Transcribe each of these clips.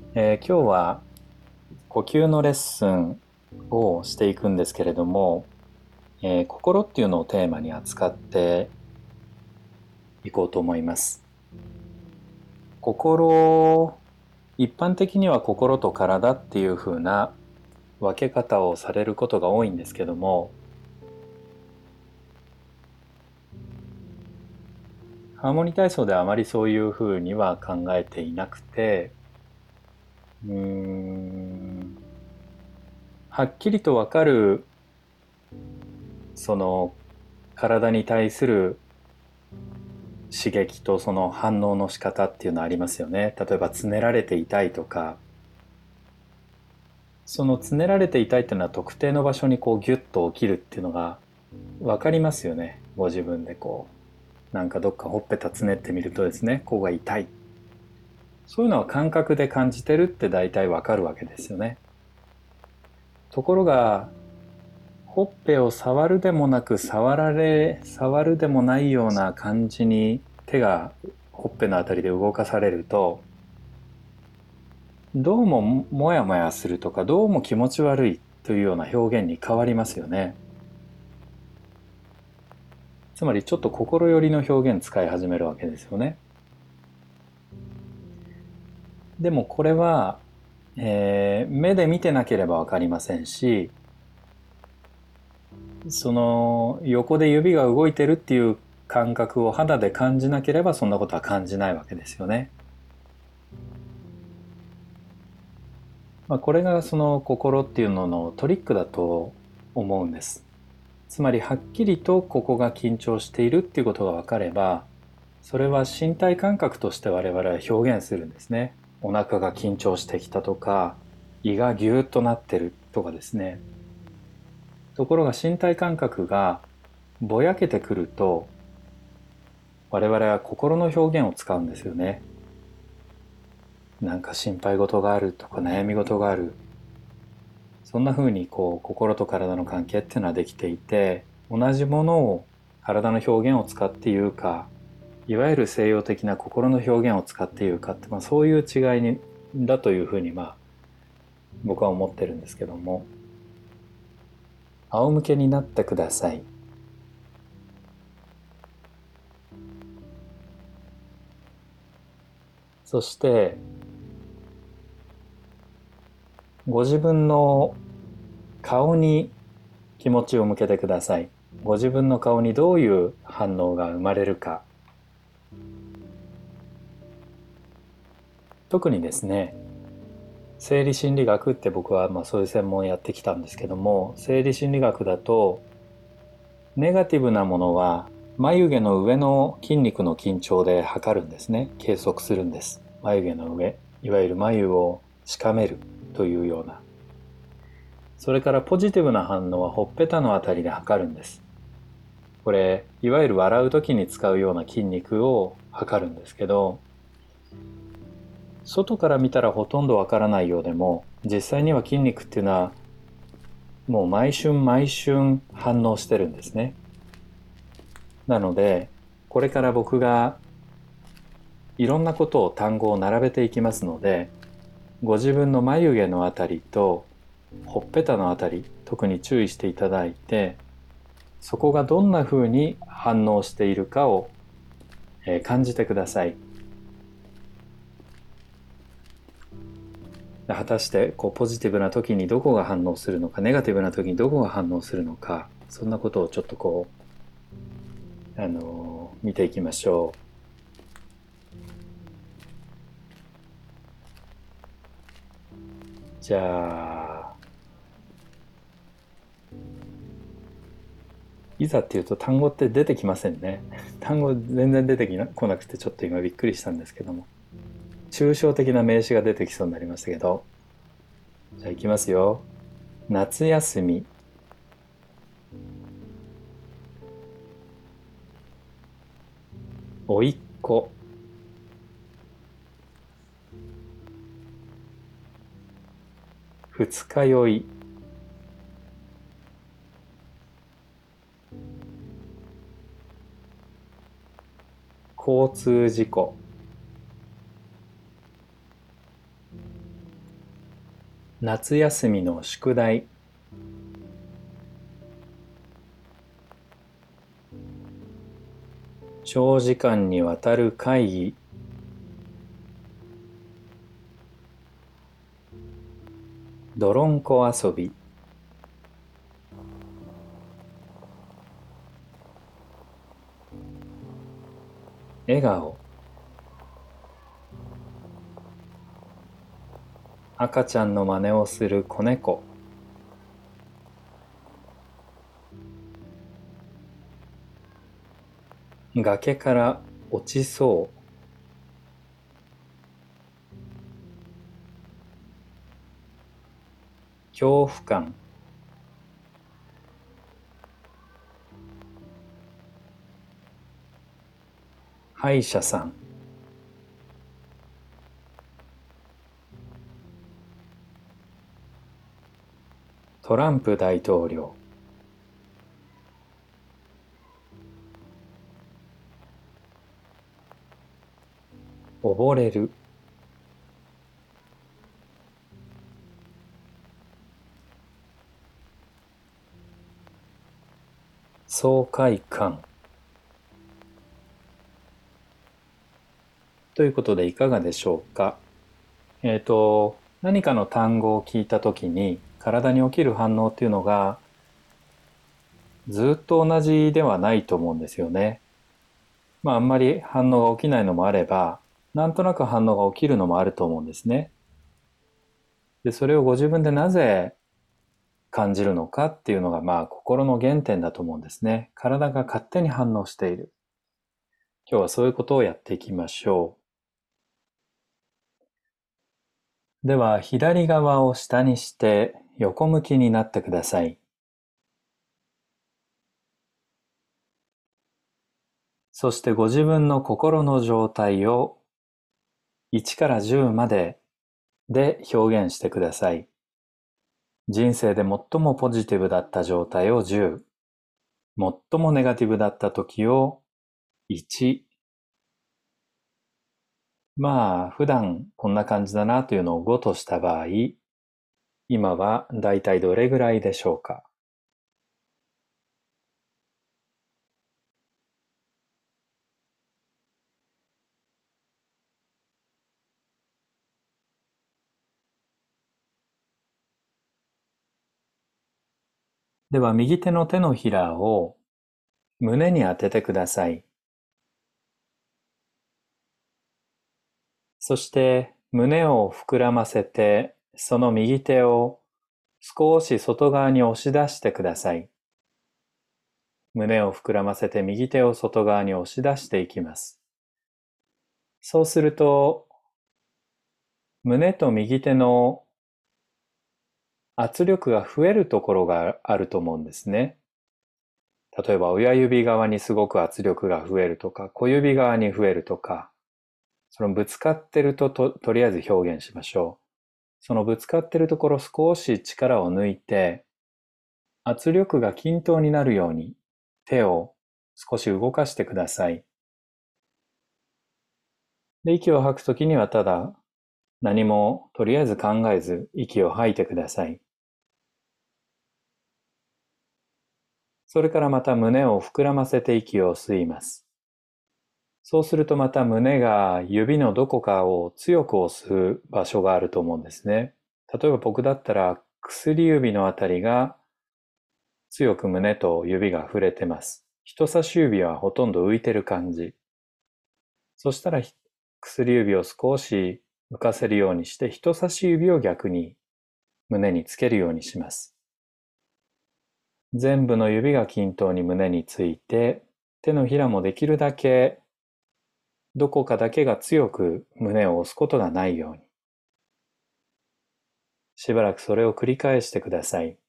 今日は呼吸のレッスンをしていくんですけれども、心っていうのをテーマに扱っていこうと思います。心、一般的には心と体っていう風な分け方をされることが多いんですけども、ハーモニー体操ではあまりそういう風には考えていなくて、はっきりとわかるその体に対する刺激とその反応の仕方っていうのありますよね。例えばつねられて痛いとか、そのつねられて痛いっていうのは特定の場所にこうギュッと起きるっていうのが分かりますよね。ご自分でこうなんかどっかほっぺたつねってみるとですね、ここが痛い、そういうのは感覚で感じてるって大体分かるわけですよね。ところがほっぺを触るでもなく触るでもないような感じに手がほっぺのあたりで動かされると、どうももやもやするとか、どうも気持ち悪いというような表現に変わりますよね。つまりちょっと心寄りの表現使い始めるわけですよね。でもこれは、目で見てなければわかりませんし、その横で指が動いてるっていう感覚を肌で感じなければそんなことは感じないわけですよね。これがその心っていうののトリックだと思うんです。つまりはっきりとここが緊張しているっていうことが分かれば、それは身体感覚として我々は表現するんですね。お腹が緊張してきたとか、胃がギューッとなってるとかですね。ところが身体感覚がぼやけてくると、我々は心の表現を使うんですよね。なんか心配事があるとか悩み事がある。そんな風にこう心と体の関係っていうのはできていて、同じものを体の表現を使って言うか、いわゆる西洋的な心の表現を使って言うかって、そういう違いにだというふうに僕は思ってるんですけども、仰向けになってください。そしてご自分の顔に気持ちを向けてください。ご自分の顔にどういう反応が生まれるか。特にですね、生理心理学って僕はそういう専門をやってきたんですけども、生理心理学だとネガティブなものは眉毛の上の筋肉の緊張で測るんですね。計測するんです。眉毛の上、いわゆる眉をしかめるというような。それからポジティブな反応はほっぺたのあたりで測るんです。これいわゆる笑う時に使うような筋肉を測るんですけど、外から見たらほとんどわからないようでも、実際には筋肉っていうのはもう毎春毎春反応してるんですね。なのでこれから僕がいろんなことを単語を並べていきますので、ご自分の眉毛のあたりとほっぺたのあたり、特に注意していただいて、そこがどんな風に反応しているかを感じてください。果たしてこうポジティブな時にどこが反応するのか、ネガティブな時にどこが反応するのか、そんなことをちょっと見ていきましょう。じゃあ、いざっていうと単語って出てきませんね。単語全然出てこなくてちょっと今びっくりしたんですけども。抽象的な名詞が出てきそうになりましたけど。じゃあいきますよ。夏休み、おいっ子、二日酔い、交通事故、 夏休みの宿題。長時間にわたる会議。泥んこ遊び。笑顔。赤ちゃんの真似をする子猫。崖から落ちそう。恐怖感。歯医者さん。トランプ大統領。溺れる。爽快感。ということでいかがでしょうか。何かの単語を聞いたときに体に起きる反応っていうのがずっと同じではないと思うんですよね。あんまり反応が起きないのもあれば、なんとなく反応が起きるのもあると思うんですね。で、それをご自分でなぜ感じるのかっていうのが心の原点だと思うんですね。体が勝手に反応している。今日はそういうことをやっていきましょう。では左側を下にして横向きになってください。そしてご自分の心の状態を1から10まで表現してください。人生で最もポジティブだった状態を10、最もネガティブだった時を1。普段こんな感じだなというのを5とした場合、今はだいたいどれぐらいでしょうか。では右手の手のひらを胸に当ててください。そして胸を膨らませて、その右手を少し外側に押し出してください。胸を膨らませて右手を外側に押し出していきます。そうすると、胸と右手の圧力が増えるところがあると思うんですね。例えば親指側にすごく圧力が増えるとか、小指側に増えるとか、そのぶつかってるとりあえず表現しましょう。そのぶつかってるところ少し力を抜いて、圧力が均等になるように手を少し動かしてください。で、息を吐くときにはただ何もとりあえず考えず息を吐いてください。それからまた胸を膨らませて息を吸います。そうするとまた胸が指のどこかを強く押す場所があると思うんですね。例えば僕だったら薬指のあたりが強く胸と指が触れてます。人差し指はほとんど浮いてる感じ。そしたら薬指を少し浮かせるようにして人差し指を逆に胸につけるようにします。全部の指が均等に胸について、手のひらもできるだけどこかだけが強く胸を押すことがないように。しばらくそれを繰り返してください。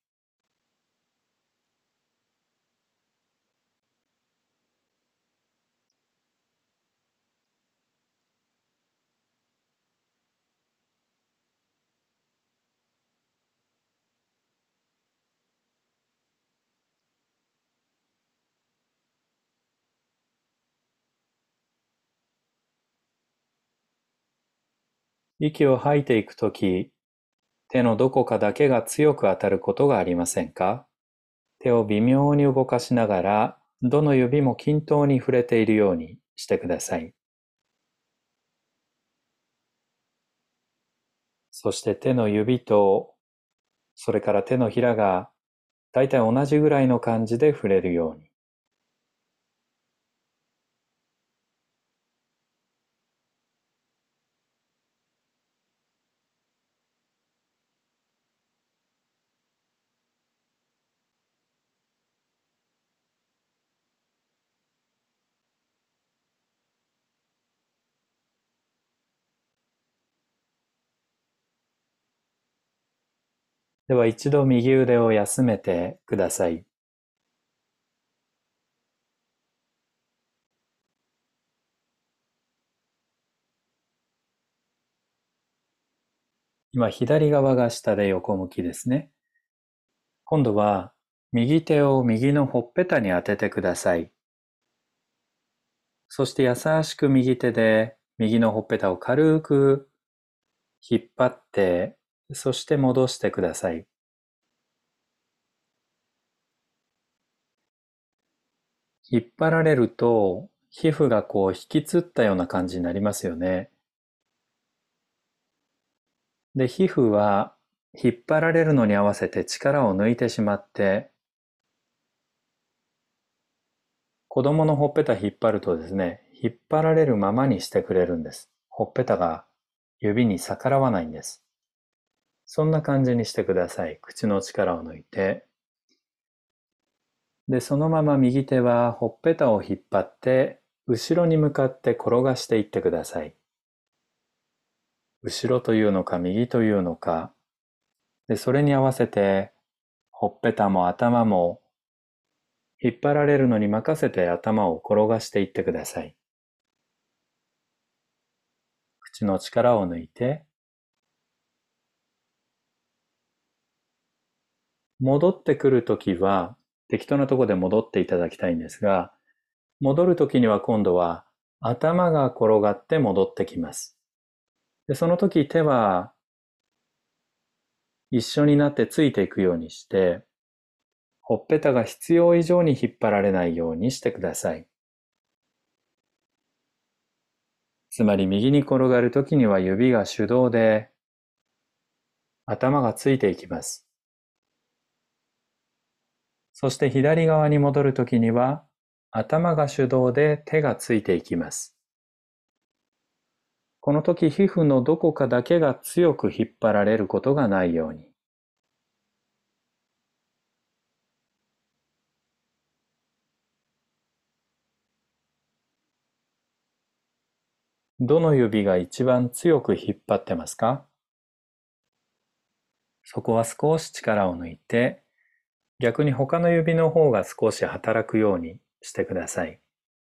息を吐いていくとき、 手のどこかだけが強く当たることがありませんか？手を微妙に動かしながら、どの指も均等に触れているようにしてください。そして手の指と、それから手のひらがだいたい同じぐらいの感じで触れるように。では一度右腕を休めてください。今左側が下で横向きですね。今度は右手を右のほっぺたに当ててください。そして優しく右手で右のほっぺたを軽く引っ張って、そして戻してください。引っ張られると皮膚がこう引きつったような感じになりますよね。で、皮膚は引っ張られるのに合わせて力を抜いてしまって、子供のほっぺた引っ張るとですね、引っ張られるままにしてくれるんです。ほっぺたが指に逆らわないんです。そんな感じにしてください。口の力を抜いて。で、そのまま右手はほっぺたを引っ張って、後ろに向かって転がしていってください。後ろというのか右というのか。で、それに合わせて、ほっぺたも頭も引っ張られるのに任せて頭を転がしていってください。口の力を抜いて、戻ってくるときは適当なところで戻っていただきたいんですが、戻るときには今度は頭が転がって戻ってきます。で、その時手は一緒になってついていくようにして、ほっぺたが必要以上に引っ張られないようにしてください。つまり右に転がるときには指が手動で頭がついていきます。そして左側に戻るときには頭が手動で手がついていきます。この時皮膚のどこかだけが強く引っ張られることがないように。どの指が一番強く引っ張ってますか？そこは少し力を抜いて、逆に他の指の方が少し働くようにしてください。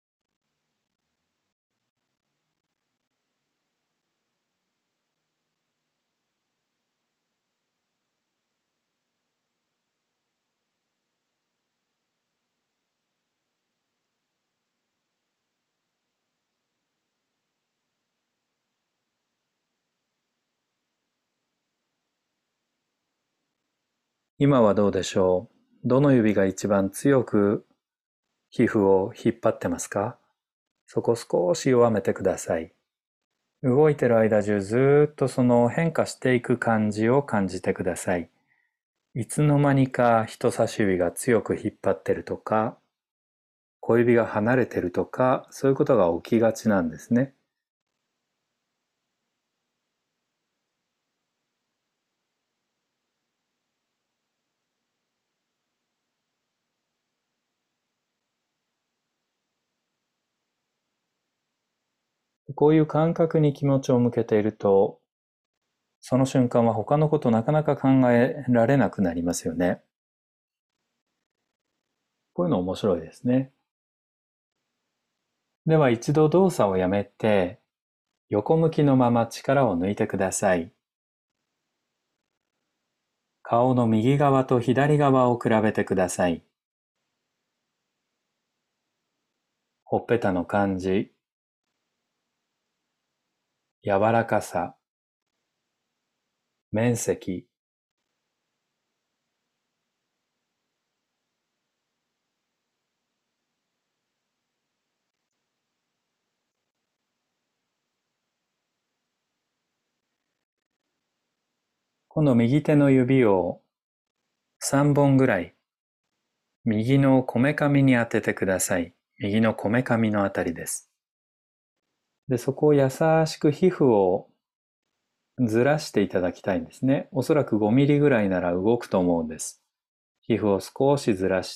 今はどうでしょう？どの指が一番強く皮膚を引っ張ってますか？そこ少し弱めてください。動いてる間中ずっとその変化していく感じを感じてください。いつの間にか人差し指が強く引っ張ってるとか、小指が離れてるとか、そういうことが起きがちなんですね。こういう感覚に気持ちを向けていると、その瞬間は他のことなかなか考えられなくなりますよね。こういうの面白いですね。では一度動作をやめて、横向きのまま力を抜いてください。顔の右側と左側を比べてください。ほっぺたの感じ、柔らかさ、面積、 今度右手の指を3本ぐらい右のこめかみに当ててください。右のこめかみのあたりです。で、そこを優しく皮膚をずらしていただきたいんですね。おそらく5ミリぐらいなら動くと思うんです。皮膚を少しずらして、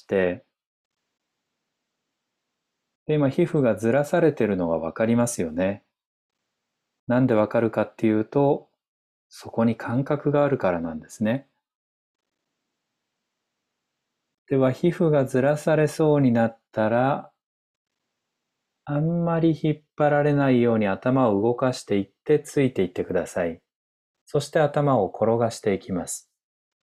で、今皮膚がずらされているのがわかりますよね。なんでわかるかっていうと、そこに感覚があるからなんですね。では、皮膚がずらされそうになったら、あんまり引っ張られないように頭を動かしていってついていってください。そして頭を転がしていきます。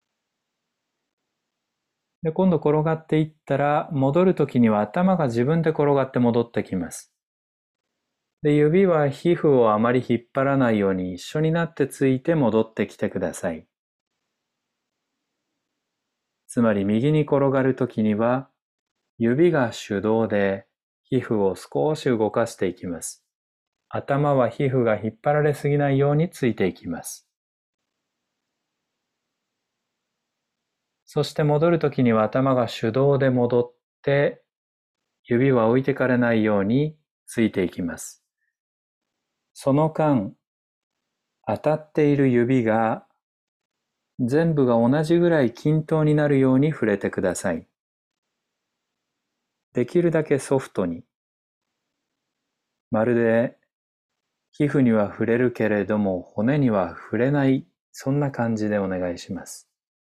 で、今度転がっていったら、戻るときには頭が自分で転がって戻ってきます。で、指は皮膚をあまり引っ張らないように一緒になってついて戻ってきてください。つまり右に転がるときには、指が手動で皮膚を少し動かしていきます。頭は皮膚が引っ張られすぎないようについていきます。そして戻るときには頭が手動で戻って、指は置いてかれないようについていきます。その間、当たっている指が全部が同じぐらい均等になるように触れてください。できるだけソフトに。まるで皮膚には触れるけれども骨には触れない、そんな感じでお願いします。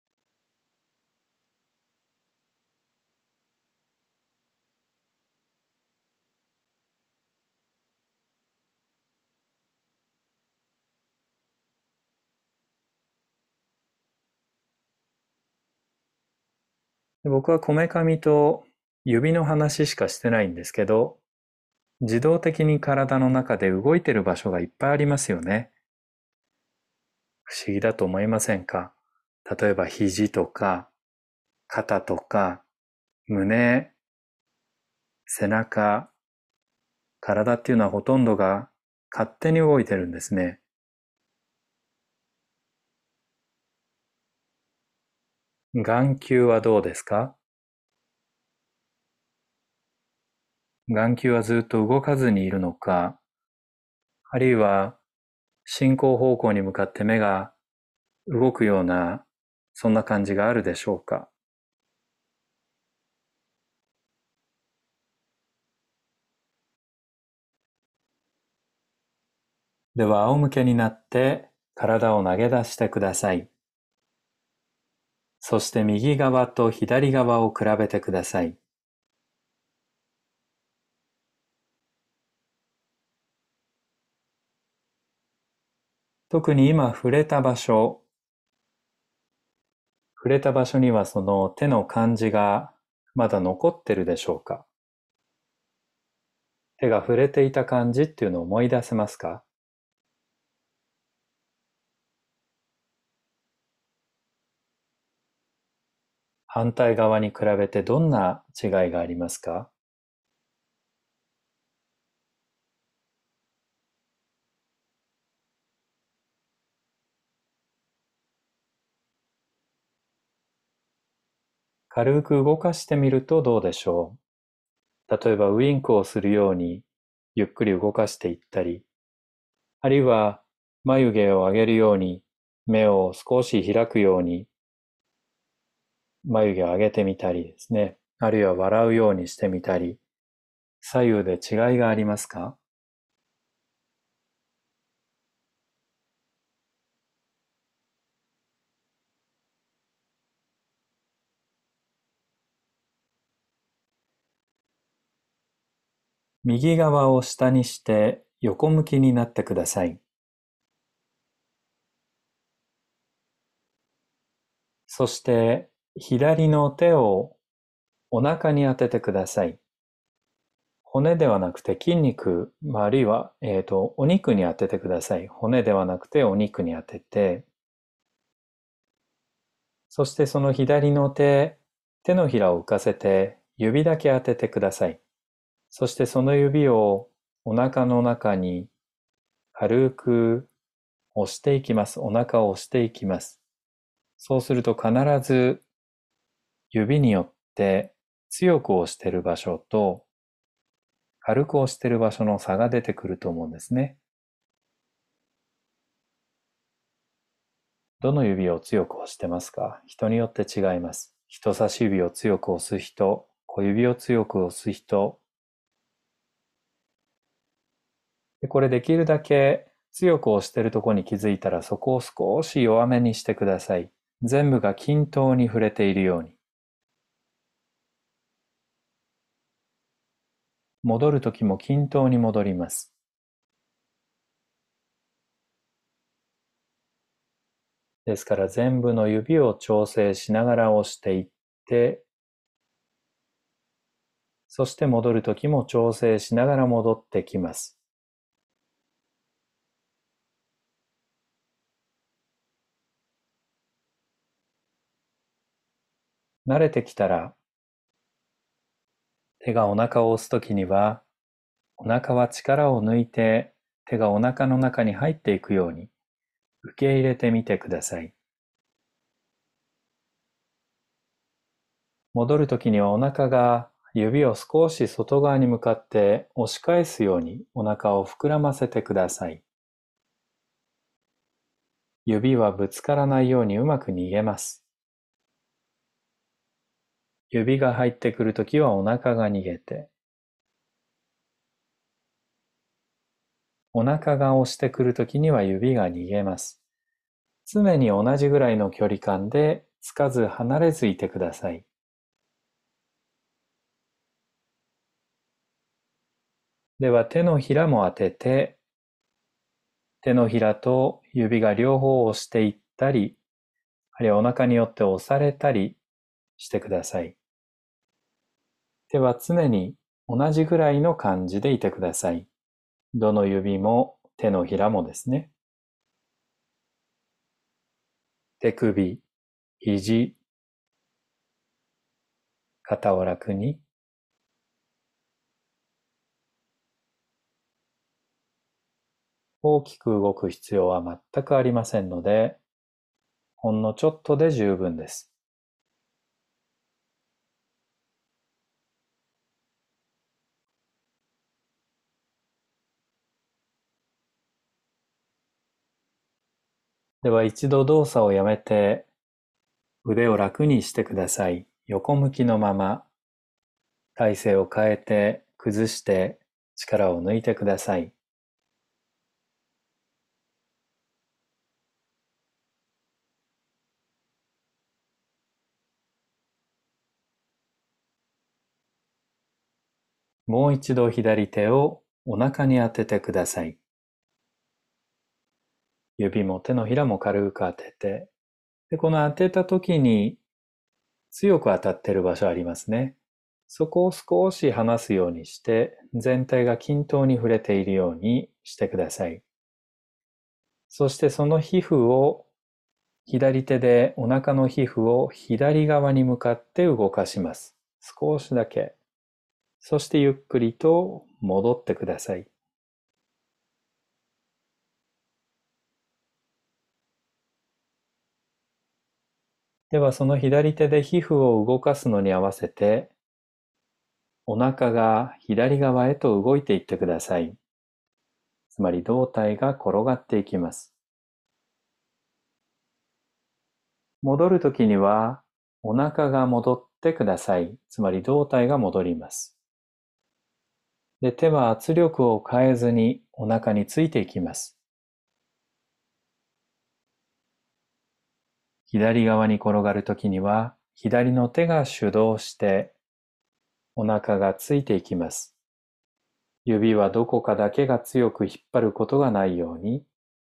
僕はこめかみと指の話しかしてないんですけど、自動的に体の中で動いてる場所がいっぱいありますよね。不思議だと思いませんか？例えば肘とか肩とか胸、背中、体っていうのはほとんどが勝手に動いてるんですね。眼球はどうですか？眼球はずっと動かずにいるのか、あるいは進行方向に向かって目が動くような、そんな感じがあるでしょうか？では仰向けになって体を投げ出してください。そして右側と左側を比べてください。特に今触れた場所にはその手の感じがまだ残ってるでしょうか？手が触れていた感じっていうのを思い出せますか？反対側に比べてどんな違いがありますか？軽く動かしてみるとどうでしょう？例えばウインクをするようにゆっくり動かしていったり、あるいは眉毛を上げるように目を少し開くように眉毛を上げてみたりですね。あるいは笑うようにしてみたり、左右で違いがありますか？右側を下にして横向きになってください。そして左の手をお腹に当ててください。骨ではなくて筋肉、あるいは、お肉に当ててください。骨ではなくてお肉に当てて、そしてその左の手のひらを浮かせて指だけ当ててください。そしてその指をお腹の中に軽く押していきます。お腹を押していきます。 そうすると必ず指によって強く押している場所と軽く押している場所の差が出てくると思うんですね。どの指を強く押してますか？人によって違います。人差し指を強く押す人、小指を強く押す人。これできるだけ強く押しているところに気づいたらそこを少し弱めにしてください。全部が均等に触れているように。戻るときも均等に戻ります。ですから全部の指を調整しながら押していって、そして戻るときも調整しながら戻ってきます。慣れてきたら、手がお腹を押すときには、お腹は力を抜いて手がお腹の中に入っていくように受け入れてみてください。戻るときにはお腹が指を少し外側に向かって押し返すようにお腹を膨らませてください。指はぶつからないようにうまく逃げます。指が入ってくるときはお腹が逃げて、お腹が押してくるときには指が逃げます。常に同じぐらいの距離感でつかず離れずいてください。では手のひらも当てて、手のひらと指が両方押していったり、あるいはお腹によって押されたりしてください。手は常に同じぐらいの感じでいてください。どの指も手のひらもですね。手首、肘、肩を楽に。大きく動く必要は全くありませんので、ほんのちょっとで十分です。では一度動作をやめて、腕を楽にしてください。横向きのまま、体勢を変えて、崩して力を抜いてください。もう一度左手をお腹に当ててください。指も手のひらも軽く当てて、でこの当てた時に強く当たっている場所ありますね。そこを少し離すようにして、全体が均等に触れているようにしてください。そしてその皮膚を、左手でお腹の皮膚を左側に向かって動かします。少しだけ。そしてゆっくりと戻ってください。ではその左手で皮膚を動かすのに合わせて、お腹が左側へと動いていってください。つまり胴体が転がっていきます。戻るときには、お腹が戻ってください。つまり胴体が戻ります。で、手は圧力を変えずにお腹についていきます。左側に転がるときには、左の手が主導して、お腹がついていきます。指はどこかだけが強く引っ張ることがないように、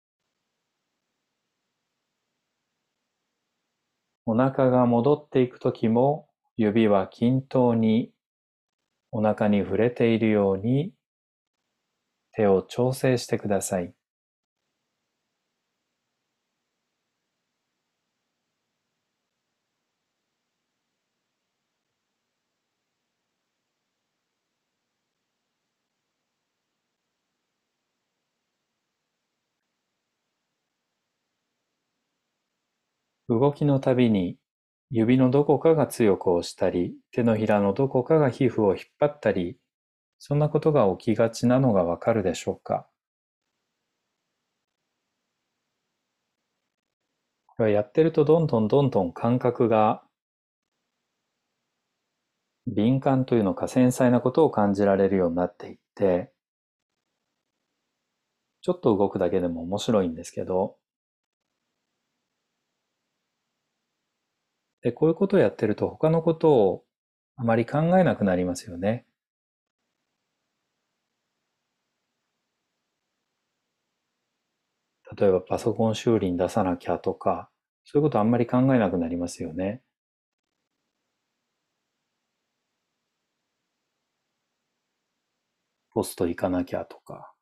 お腹が戻っていくときも、指は均等にお腹に触れているように手を調整してください。 動きのたびに指のどこかが強く押したり、手のひらのどこかが皮膚を引っ張ったり、そんなことが起きがちなのがわかるでしょうか。これはやってるとどんどん感覚が敏感というのか繊細なことを感じられるようになっていって、ちょっと動くだけでも面白いんですけど、で、こういうことをやってると他のことをあまり考えなくなりますよね。例えばパソコン修理に出さなきゃとか、そういうことあんまり考えなくなりますよね。ポスト行かなきゃとか。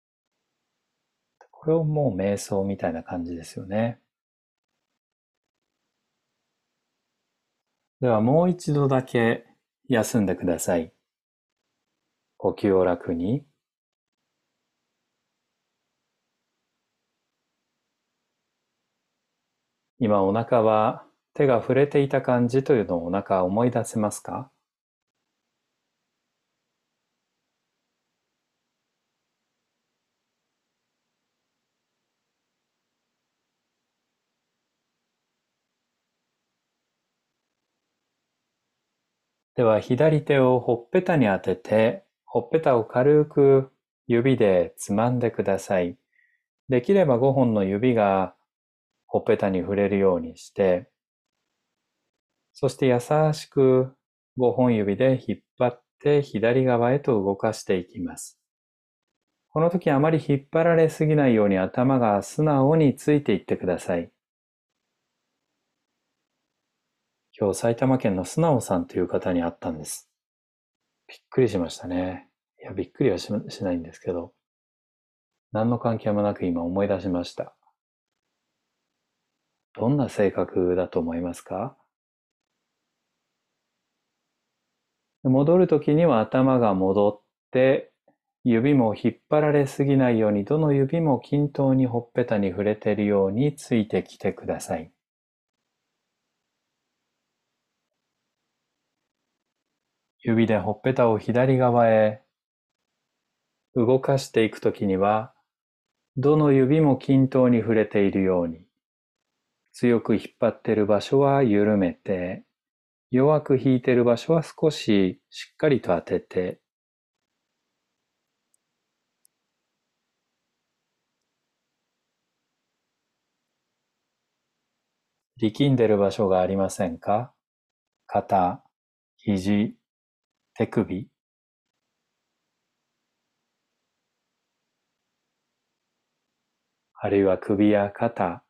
これをもう瞑想みたいな感じですよね。ではもう一度だけ休んでください。呼吸を楽に。今お腹は手が触れていた感じというのをお腹思い出せますか？では左手をほっぺたに当てて、ほっぺたを軽く指でつまんでください。できれば5本の指がほっぺたに触れるようにして、そして優しく5本指で引っ張って左側へと動かしていきます。この時あまり引っ張られすぎないように頭が素直についていってください。今日埼玉県の素直さんという方に会ったんです。びっくりしましたね。いや、びっくりはしないんですけど、何の関係もなく今思い出しました。どんな性格だと思いますか？戻るときには頭が戻って、指も引っ張られすぎないように、どの指も均等にほっぺたに触れているようについてきてください。指でほっぺたを左側へ動かしていくときには、どの指も均等に触れているように、強く引っ張っている場所は緩めて、弱く引いている場所は少ししっかりと当てて、力んでいる場所がありませんか？肩、肘、手首、あるいは首や肩、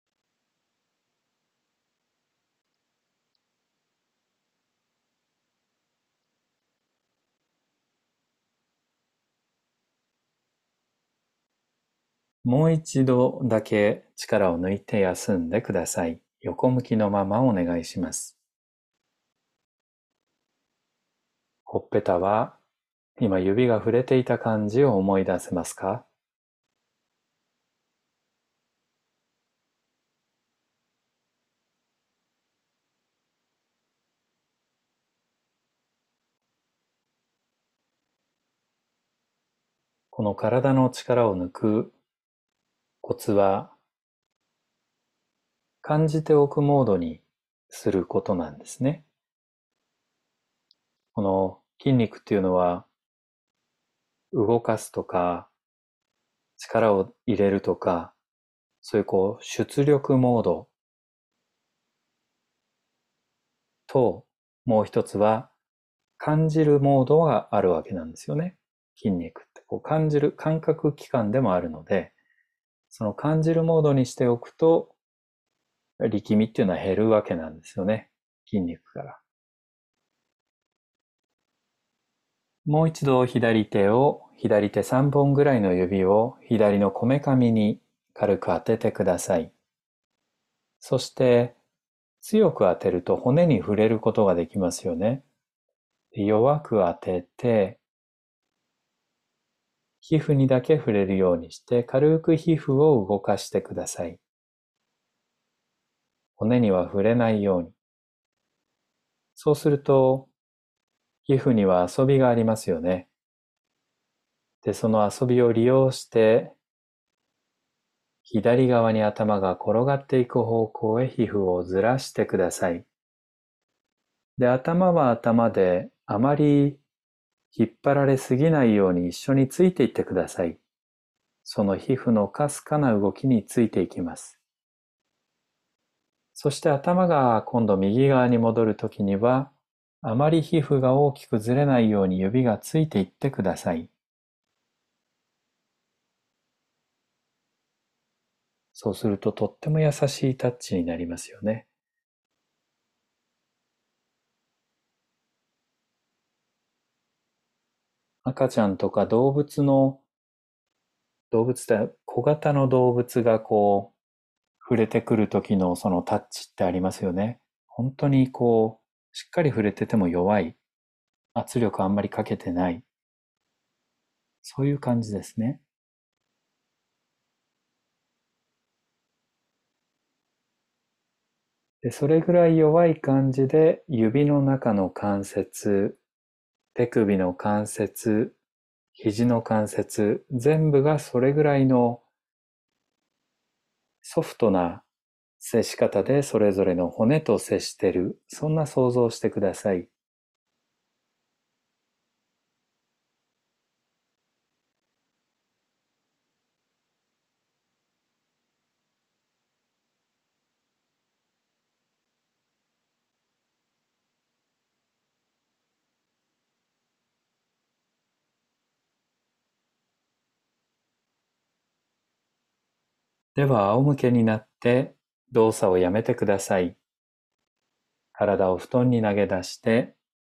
もう一度だけ力を抜いて休んでください。横向きのままお願いします。ほっぺたは今指が触れていた感じを思い出せますか？この体の力を抜くコツは、感じておくモードにすることなんですね。この筋肉っていうのは、動かすとか、力を入れるとか、そういう出力モードと、もう一つは感じるモードがあるわけなんですよね。筋肉って感じる感覚器官でもあるので、その感じるモードにしておくと、力みっていうのは減るわけなんですよね。筋肉から。もう一度左手3本ぐらいの指を左のこめかみに軽く当ててください。そして強く当てると骨に触れることができますよね。弱く当てて皮膚にだけ触れるようにして軽く皮膚を動かしてください。 骨には触れないように。そうすると、皮膚には遊びがありますよね。で、その遊びを利用して、左側に頭が転がっていく方向へ皮膚をずらしてください。で、頭は頭であまり引っ張られすぎないように一緒についていってください。その皮膚のかすかな動きについていきます。そして頭が今度右側に戻るときには、あまり皮膚が大きくずれないように指がついていってください。そうするととっても優しいタッチになりますよね。赤ちゃんとか動物って小型の動物が触れてくる時のそのタッチってありますよね。本当にしっかり触れてても弱い。圧力あんまりかけてない。そういう感じですね。で、それぐらい弱い感じで指の中の関節、手首の関節、肘の関節、全部がそれぐらいのソフトな接し方でそれぞれの骨と接している。そんな想像をしてください。では仰向けになって動作をやめてください。体を布団に投げ出して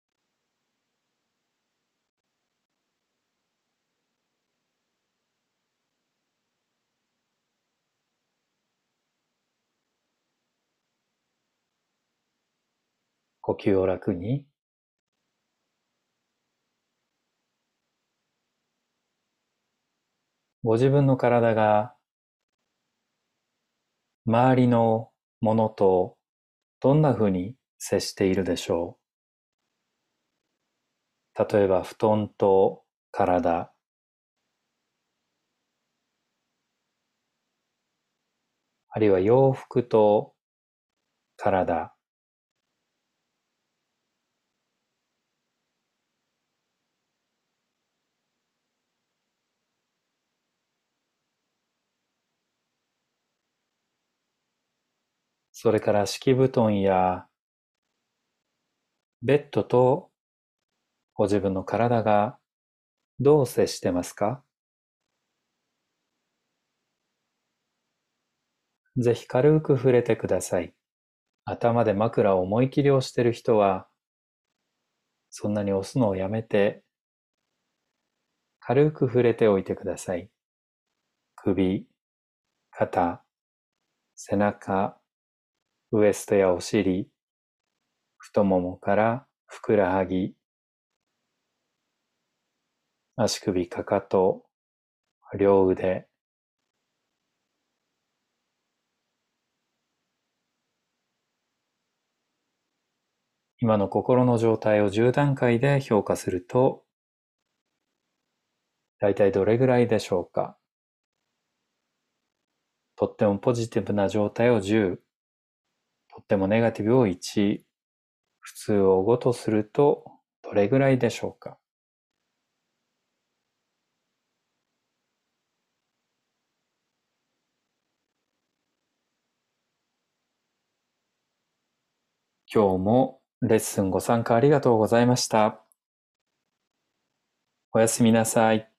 呼吸を楽に。ご自分の体が周りのものとどんなふうに接しているでしょう。例えば布団と体、あるいは洋服と体、それから敷布団やベッドとご自分の体がどう接してますか？ぜひ軽く触れてください。頭で枕を思い切り押している人は、そんなに押すのをやめて、軽く触れておいてください。首、肩、背中、ウエストやお尻、太ももからふくらはぎ、足首、かかと、両腕、今の心の状態を10段階で評価すると、だいたいどれぐらいでしょうか？とってもポジティブな状態を10、とってもネガティブを1、普通を5とするとどれぐらいでしょうか？今日もレッスンご参加ありがとうございました。おやすみなさい。